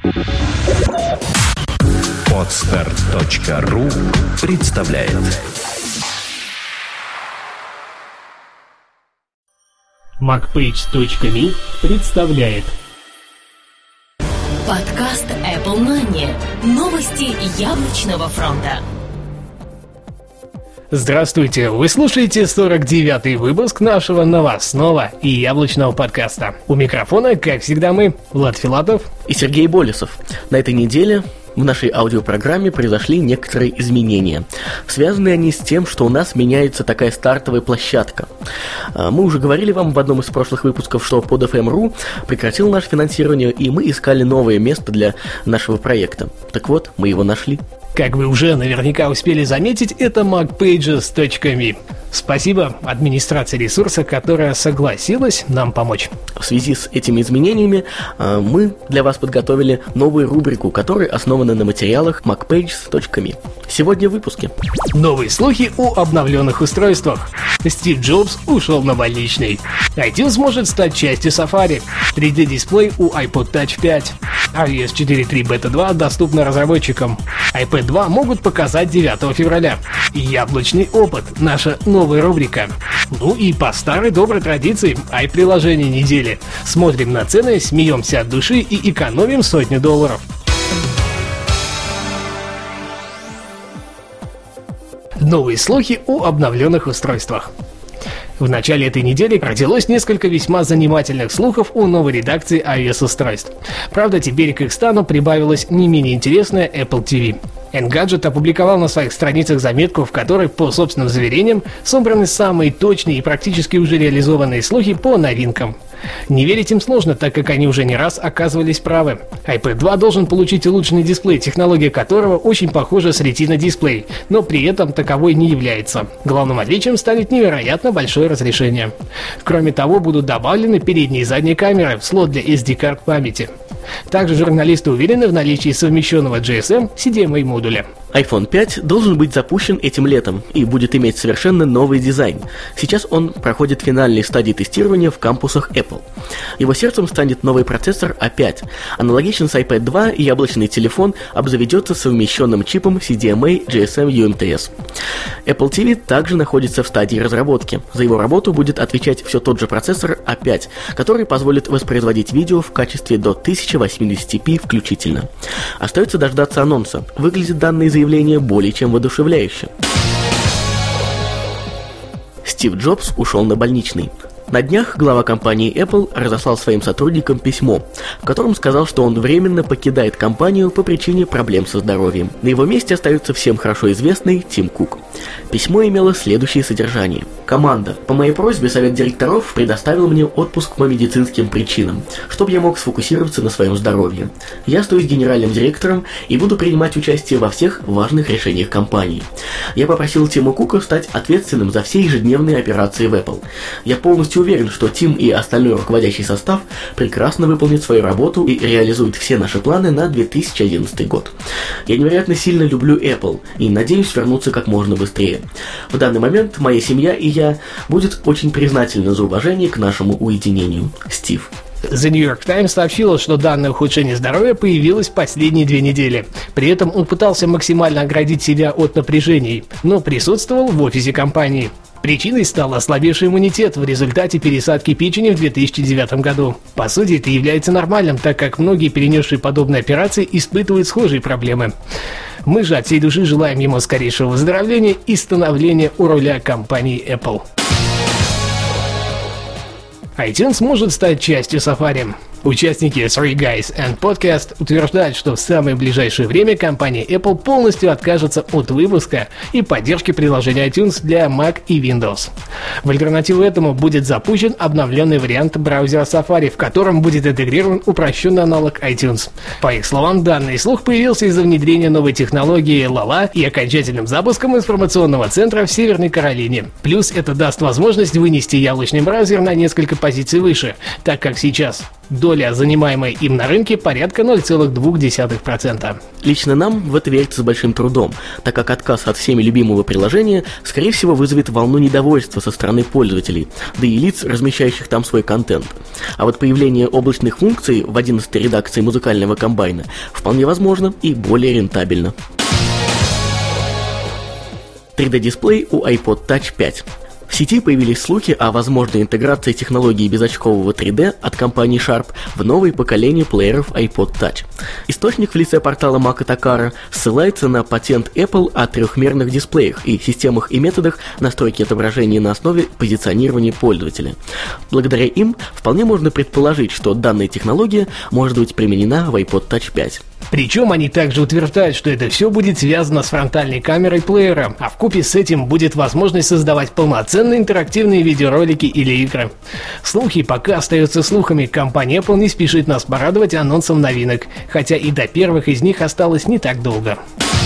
Podstart.ru представляет. MacPage.me представляет подкаст Apple Money. Новости яблочного фронта. Здравствуйте, вы слушаете 49-й выпуск нашего новостного и яблочного подкаста. У микрофона, как всегда, мы, Влад Филатов и Сергей Болесов. На этой неделе в нашей аудиопрограмме произошли некоторые изменения. Связаны они с тем, что у нас меняется такая стартовая площадка. Мы уже говорили вам в одном из прошлых выпусков, что PodFM.ru прекратил наше финансирование, и мы искали новое место для нашего проекта. Так вот, мы его нашли. Как вы уже наверняка успели заметить, это MacPages.me. Спасибо администрации ресурса, которая согласилась нам помочь. В связи с этими изменениями мы для вас подготовили новую рубрику, которая основана на материалах MacPages.me. Сегодня в выпуске. Новые слухи о обновленных устройствах. Стив Джобс ушел на больничный. iTunes может стать частью Safari. 3D-дисплей у iPod Touch 5. iOS 4.3 Beta 2 доступна разработчикам. iPad 2 могут показать 9 февраля. Яблочный опыт. Наша новая рубрика. Ну и по старой доброй традиции приложение недели. Смотрим на цены, смеемся от души и экономим $100. Новые слухи о обновленных устройствах. В начале этой недели родилось несколько весьма занимательных слухов о новой редакции iOS-устройств. Правда, теперь к их стану прибавилась не менее интересная Apple TV. Engadget опубликовал на своих страницах заметку, в которой, по собственным заверениям, собраны самые точные и практически уже реализованные слухи по новинкам. Не верить им сложно, так как они уже не раз оказывались правы. iPad 2 должен получить улучшенный дисплей, технология которого очень похожа с Retina дисплей, но при этом таковой не является. Главным отличием станет невероятно большое разрешение. Кроме того, будут добавлены передние и задние камеры в слот для SD-карт памяти. Также журналисты уверены в наличии совмещенного GSM CDMA модуля. iPhone 5 должен быть запущен этим летом и будет иметь совершенно новый дизайн. Сейчас он проходит финальные стадии тестирования в кампусах Apple. Его сердцем станет новый процессор A5. Аналогично с iPad 2, яблочный телефон обзаведется совмещенным чипом CDMA GSM UMTS. Apple TV также находится в стадии разработки. За его работу будет отвечать все тот же процессор A5, который позволит воспроизводить видео в качестве до 1080p включительно. Остается дождаться анонса. Выглядит данное заявление более чем воодушевляюще. Стив Джобс ушел на больничный. На днях глава компании Apple разослал своим сотрудникам письмо, в котором сказал, что он временно покидает компанию по причине проблем со здоровьем. На его месте остается всем хорошо известный Тим Кук. Письмо имело следующее содержание. «Команда, по моей просьбе совет директоров предоставил мне отпуск по медицинским причинам, чтобы я мог сфокусироваться на своем здоровье. Я остаюсь генеральным директором и буду принимать участие во всех важных решениях компании. Я попросил Тима Кука стать ответственным за все ежедневные операции в Apple. Я полностью уверен, что Тим и остальной руководящий состав прекрасно выполнят свою работу и реализуют все наши планы на 2011 год. Я невероятно сильно люблю Apple и надеюсь вернуться как можно быстрее. В данный момент моя семья и я будет очень признательны за уважение к нашему уединению. Стив». The New York Times сообщила, что данное ухудшение здоровья появилось последние 2 недели. При этом он пытался максимально оградить себя от напряжений, но присутствовал в офисе компании. Причиной стал ослабевший иммунитет в результате пересадки печени в 2009 году. По сути, это является нормальным, так как многие, перенесшие подобные операции, испытывают схожие проблемы. Мы же от всей души желаем ему скорейшего выздоровления и становления у руля компании Apple. iTunes может стать частью Safari. Участники Three Guys and Podcast утверждают, что в самое ближайшее время компания Apple полностью откажется от выпуска и поддержки приложения iTunes для Mac и Windows. В альтернативу этому будет запущен обновленный вариант браузера Safari, в котором будет интегрирован упрощенный аналог iTunes. По их словам, данный слух появился из-за внедрения новой технологии Lala и окончательным запуском информационного центра в Северной Каролине. Плюс это даст возможность вынести яблочный браузер на несколько позиций выше, так как сейчас Доля, занимаемая им на рынке, порядка 0,2%. Лично нам в это верится с большим трудом, так как отказ от всеми любимого приложения, скорее всего, вызовет волну недовольства со стороны пользователей, да и лиц, размещающих там свой контент. А вот появление облачных функций в 11-й редакции музыкального комбайна вполне возможно и более рентабельно. 3D-дисплей у iPod Touch 5. В сети появились слухи о возможной интеграции технологии безочкового 3D от компании Sharp в новое поколение плееров iPod Touch. Источник в лице портала Макатакара ссылается на патент Apple о трехмерных дисплеях и системах и методах настройки отображения на основе позиционирования пользователя. Благодаря им вполне можно предположить, что данная технология может быть применена в iPod Touch 5. Причем они также утверждают, что это все будет связано с фронтальной камерой плеера, а вкупе с этим будет возможность создавать полноценные интерактивные видеоролики или игры. Слухи пока остаются слухами, компания Apple не спешит нас порадовать анонсом новинок, хотя и до первых из них осталось не так долго.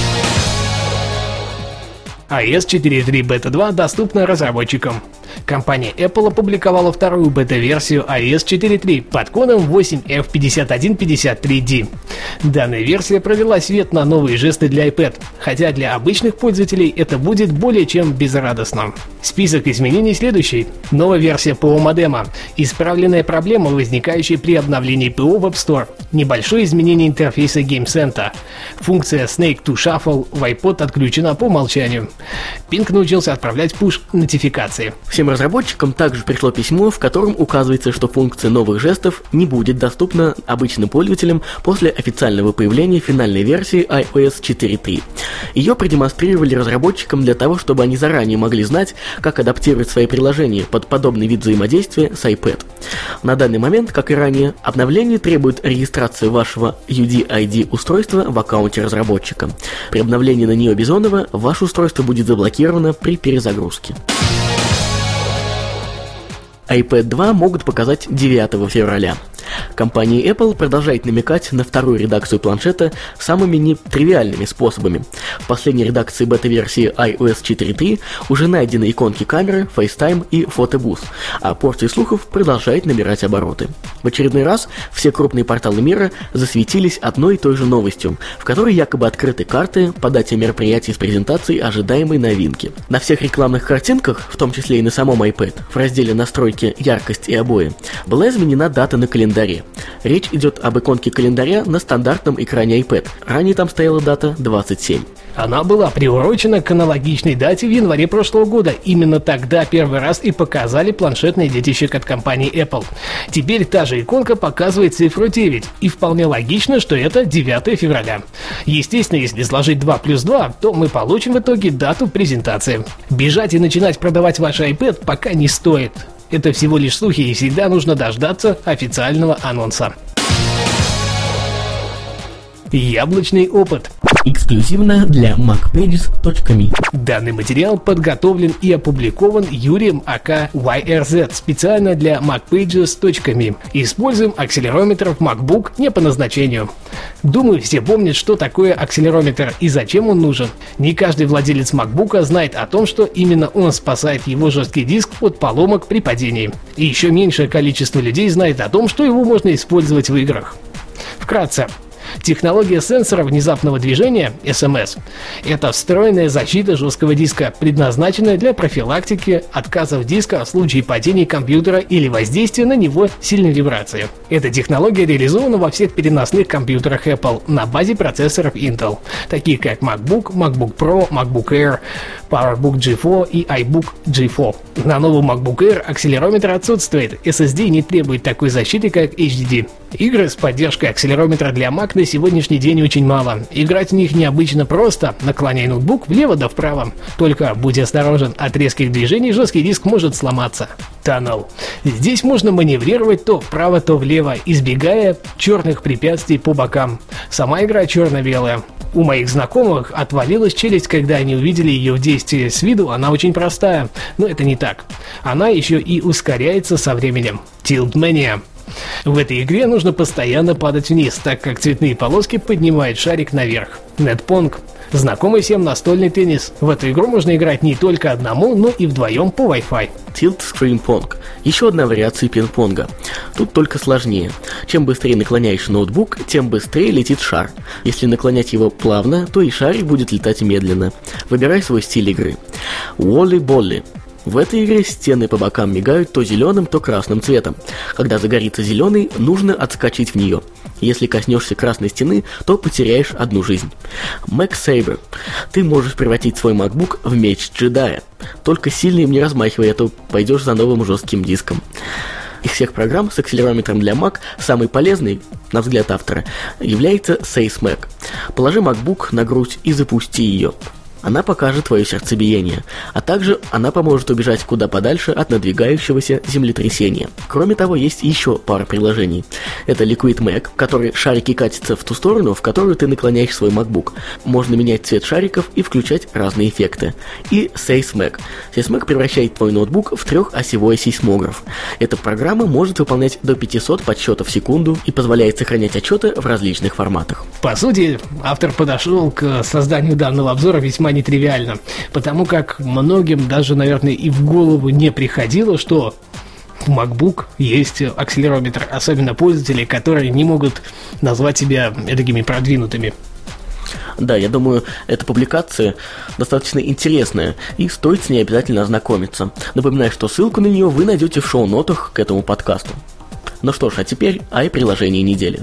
iOS 4.3 Beta 2 доступна разработчикам. Компания Apple опубликовала вторую бета-версию iOS 4.3 под кодом 8F5153D. Данная версия провела свет на новые жесты для iPad, хотя для обычных пользователей это будет более чем безрадостно. Список изменений следующий. Новая версия ПО модема, исправленная проблема, возникающая при обновлении ПО в App Store, небольшое изменение интерфейса Game Center, функция Snake to Shuffle в iPod отключена по умолчанию. Ping научился отправлять push-нотификации. Всем разработчикам также пришло письмо, в котором указывается, что функция новых жестов не будет доступна обычным пользователям после официального появления финальной версии iOS 4.3. Ее продемонстрировали разработчикам для того, чтобы они заранее могли знать, как адаптировать свои приложения под подобный вид взаимодействия с iPad. На данный момент, как и ранее, обновление требует регистрации вашего UDID устройства в аккаунте разработчика. При обновлении на Neo Бизонова ваше устройство будет заблокировано при перезагрузке. iPad 2 могут показать 9 февраля. Компания Apple продолжает намекать на вторую редакцию планшета самыми нетривиальными способами. В последней редакции бета-версии iOS 4.3 уже найдены иконки камеры, FaceTime и фотобуст, а порция слухов продолжает набирать обороты. В очередной раз все крупные порталы мира засветились одной и той же новостью, в которой якобы открыты карты по дате мероприятий с презентацией ожидаемой новинки. На всех рекламных картинках, в том числе и на самом iPad, в разделе «Настройки, яркость и обои», была изменена дата на календаре. Речь идет об иконке календаря на стандартном экране iPad. Ранее там стояла дата 27. Она была приурочена к аналогичной дате в январе прошлого года. Именно тогда первый раз и показали планшетное детище от компании Apple. Теперь та же иконка показывает цифру 9. И вполне логично, что это 9 февраля. Естественно, если сложить 2 плюс 2, то мы получим в итоге дату презентации. Бежать и начинать продавать ваш iPad пока не стоит. Это всего лишь слухи, и всегда нужно дождаться официального анонса. Яблочный опыт. Эксклюзивно для MacPages.me. Данный материал подготовлен и опубликован Юрием АК YRZ специально для MacPages.me. Используем акселерометр в MacBook не по назначению. Думаю, все помнят, что такое акселерометр и зачем он нужен. Не каждый владелец MacBook знает о том, что именно он спасает его жесткий диск от поломок при падении. И еще меньшее количество людей знает о том, что его можно использовать в играх. Вкратце. Технология сенсора внезапного движения, SMS, это встроенная защита жесткого диска, предназначенная для профилактики отказов диска в случае падения компьютера или воздействия на него сильной вибрации. Эта технология реализована во всех переносных компьютерах Apple на базе процессоров Intel, таких как MacBook, MacBook Pro, MacBook Air, PowerBook G4 и iBook G4. На новом MacBook Air акселерометр отсутствует, SSD не требует такой защиты, как HDD. Игры с поддержкой акселерометра для Mac на сегодняшний день очень мало. Играть в них необычно просто. Наклоняй ноутбук влево да вправо. Только будь осторожен, от резких движений жесткий диск может сломаться. Tunnel. Здесь можно маневрировать то вправо, то влево, избегая черных препятствий по бокам. Сама игра черно-белая. У моих знакомых отвалилась челюсть, когда они увидели ее в действии. С виду она очень простая, но это не так. Она еще и ускоряется со временем. Tiltmania. В этой игре нужно постоянно падать вниз, так как цветные полоски поднимают шарик наверх. Нетпонг. Знакомый всем настольный теннис. В эту игру можно играть не только одному, но и вдвоем по Wi-Fi. Tilt Screen Pong. Еще одна вариация пинг-понга. Тут только сложнее. Чем быстрее наклоняешь ноутбук, тем быстрее летит шар. Если наклонять его плавно, то и шарик будет летать медленно. Выбирай свой стиль игры. Волли-болли. В этой игре стены по бокам мигают то зеленым, то красным цветом. Когда загорится зеленый, нужно отскочить в нее. Если коснешься красной стены, то потеряешь одну жизнь. Mac Saber. Ты можешь превратить свой MacBook в меч джедая. Только сильно им не размахивай, а то пойдешь за новым жестким диском. Из всех программ с акселерометром для Mac самый полезный, на взгляд автора, является SaceMac. Положи MacBook на грудь и запусти ее. Она покажет твое сердцебиение, а также она поможет убежать куда подальше от надвигающегося землетрясения. Кроме того, есть еще пара приложений. Это Liquid Mac, в который шарики катятся в ту сторону, в которую ты наклоняешь свой MacBook. Можно менять цвет шариков и включать разные эффекты. И SaceMac. SaceMac превращает твой ноутбук в трехосевой сейсмограф. Эта программа может выполнять до 500 подсчетов в секунду и позволяет сохранять отчеты в различных форматах. По сути, автор подошел к созданию данного обзора весьма нетривиально, потому как многим даже, наверное, и в голову не приходило, что в MacBook есть акселерометр, особенно пользователи, которые не могут назвать себя такими продвинутыми. Да, я думаю, эта публикация достаточно интересная, и стоит с ней обязательно ознакомиться. Напоминаю, что ссылку на нее вы найдете в шоу-нотах к этому подкасту. Ну что ж, а теперь приложение недели.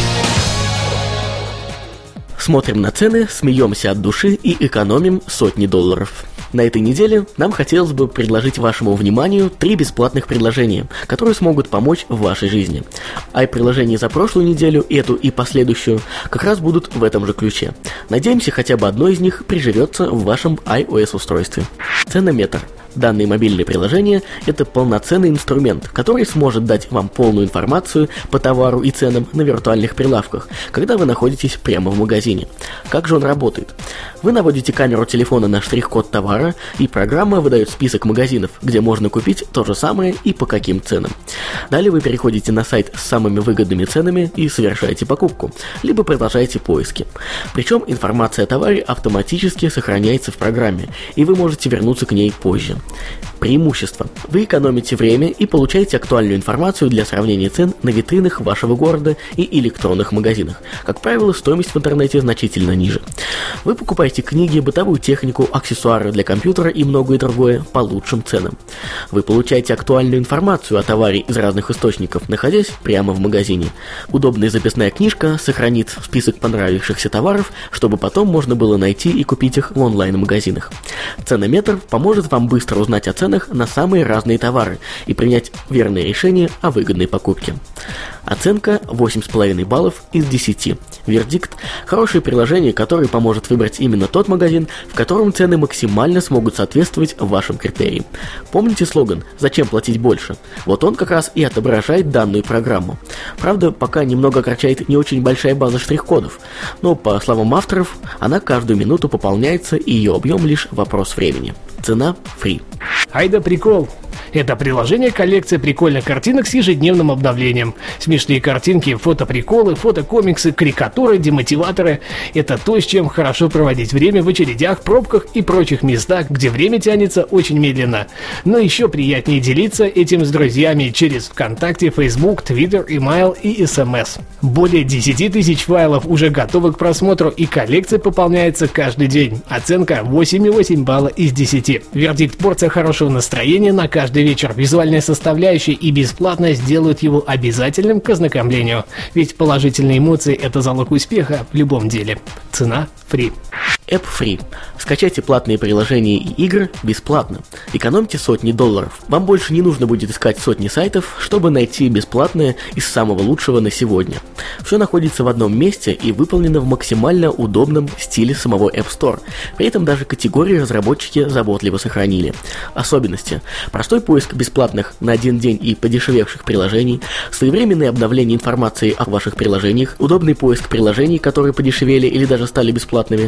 Смотрим на цены, смеемся от души и экономим сотни долларов. На этой неделе нам хотелось бы предложить вашему вниманию 3 бесплатных приложения, которые смогут помочь в вашей жизни. Приложения за прошлую неделю, эту и последующую, как раз будут в этом же ключе. Надеемся, хотя бы одно из них приживется в вашем iOS-устройстве. Ценометр. Данное мобильное приложение – это полноценный инструмент, который сможет дать вам полную информацию по товару и ценам на виртуальных прилавках, когда вы находитесь прямо в магазине. Как же он работает? Вы наводите камеру телефона на штрих-код товара, и программа выдает список магазинов, где можно купить то же самое и по каким ценам. Далее вы переходите на сайт с самыми выгодными ценами и совершаете покупку, либо продолжаете поиски. Причем информация о товаре автоматически сохраняется в программе, и вы можете вернуться к ней позже. Преимущество. Вы экономите время и получаете актуальную информацию для сравнения цен на витринах вашего города и электронных магазинах. Как правило, стоимость в интернете значительно ниже. Вы покупаете книги, бытовую технику, аксессуары для компьютера и многое другое по лучшим ценам. Вы получаете актуальную информацию о товаре из разных источников, находясь прямо в магазине. Удобная записная книжка сохранит список понравившихся товаров, чтобы потом можно было найти и купить их в онлайн-магазинах. Ценометр поможет вам быстро узнать о ценах на самые разные товары и принять верное решение о выгодной покупке. Оценка 8,5 баллов из 10. Вердикт – хорошее приложение, которое поможет выбрать именно тот магазин, в котором цены максимально смогут соответствовать вашим критериям. Помните слоган «Зачем платить больше?» Вот он как раз и отображает данную программу. Правда, пока немного огорчает не очень большая база штрих-кодов, но, по словам авторов, она каждую минуту пополняется, и ее объем лишь вопрос времени. Цена – free. Ай да прикол! Это приложение коллекция прикольных картинок с ежедневным обновлением. Смешные картинки, фотоприколы, фотокомиксы, карикатуры, демотиваторы. Это то, с чем хорошо проводить время в очередях, пробках и прочих местах, где время тянется очень медленно. Но еще приятнее делиться этим с друзьями через ВКонтакте, Facebook, Twitter, email и SMS. Более 10 тысяч файлов уже готовы к просмотру, и коллекция пополняется каждый день. Оценка 8,8 балла из 10. Вердикт: порция хорошего настроения на каждый вечер. Визуальная составляющая и бесплатность сделают его обязательным к ознакомлению. Ведь положительные эмоции – это залог успеха в любом деле. Цена free. App Free. Скачайте платные приложения и игры бесплатно. Экономьте сотни долларов. Вам больше не нужно будет искать сотни сайтов, чтобы найти бесплатное из самого лучшего на сегодня. Все находится в одном месте и выполнено в максимально удобном стиле самого App Store. При этом даже категории разработчики заботливо сохранили. Особенности. Простой поиск бесплатных на один день и подешевевших приложений, своевременное обновление информации о ваших приложениях, удобный поиск приложений, которые подешевели или даже стали бесплатными, и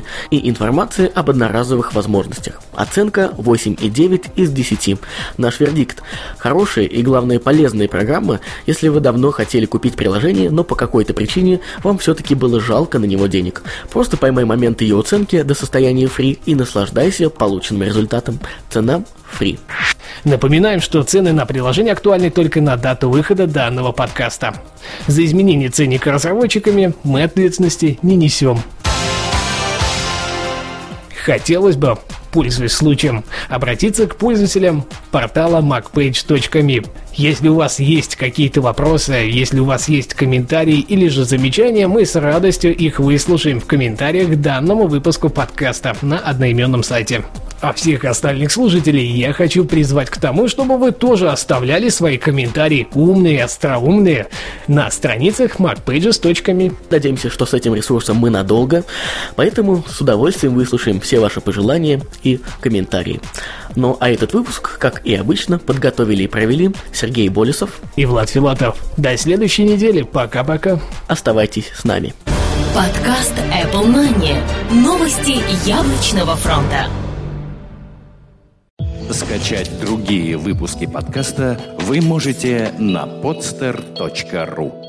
информации об одноразовых возможностях. Оценка 8,9 из 10. Наш вердикт: хорошие и, главное, полезные программы, если вы давно хотели купить приложение, но по какой-то причине вам все-таки было жалко на него денег. Просто поймай момент ее оценки до состояния free и наслаждайся полученным результатом. Цена free. Напоминаем, что цены на приложение актуальны только на дату выхода данного подкаста. За изменение ценника разработчиками мы ответственности не несем. Хотелось бы, пользуясь случаем, обратиться к пользователям портала macpage.me. Если у вас есть какие-то вопросы, если у вас есть комментарии или же замечания, мы с радостью их выслушаем в комментариях к данному выпуску подкаста на одноименном сайте. А всех остальных слушателей я хочу призвать к тому, чтобы вы тоже оставляли свои комментарии, умные и остроумные, на страницах macpages.me. Надеемся, что с этим ресурсом мы надолго, поэтому с удовольствием выслушаем все ваши пожелания и комментарии. Ну а этот выпуск, как и обычно, подготовили и провели Сергей Болесов и Влад Филатов. До следующей недели. Пока-пока. Оставайтесь с нами. Подкаст Apple Money. Новости яблочного фронта. Скачать другие выпуски подкаста вы можете на podster.ru.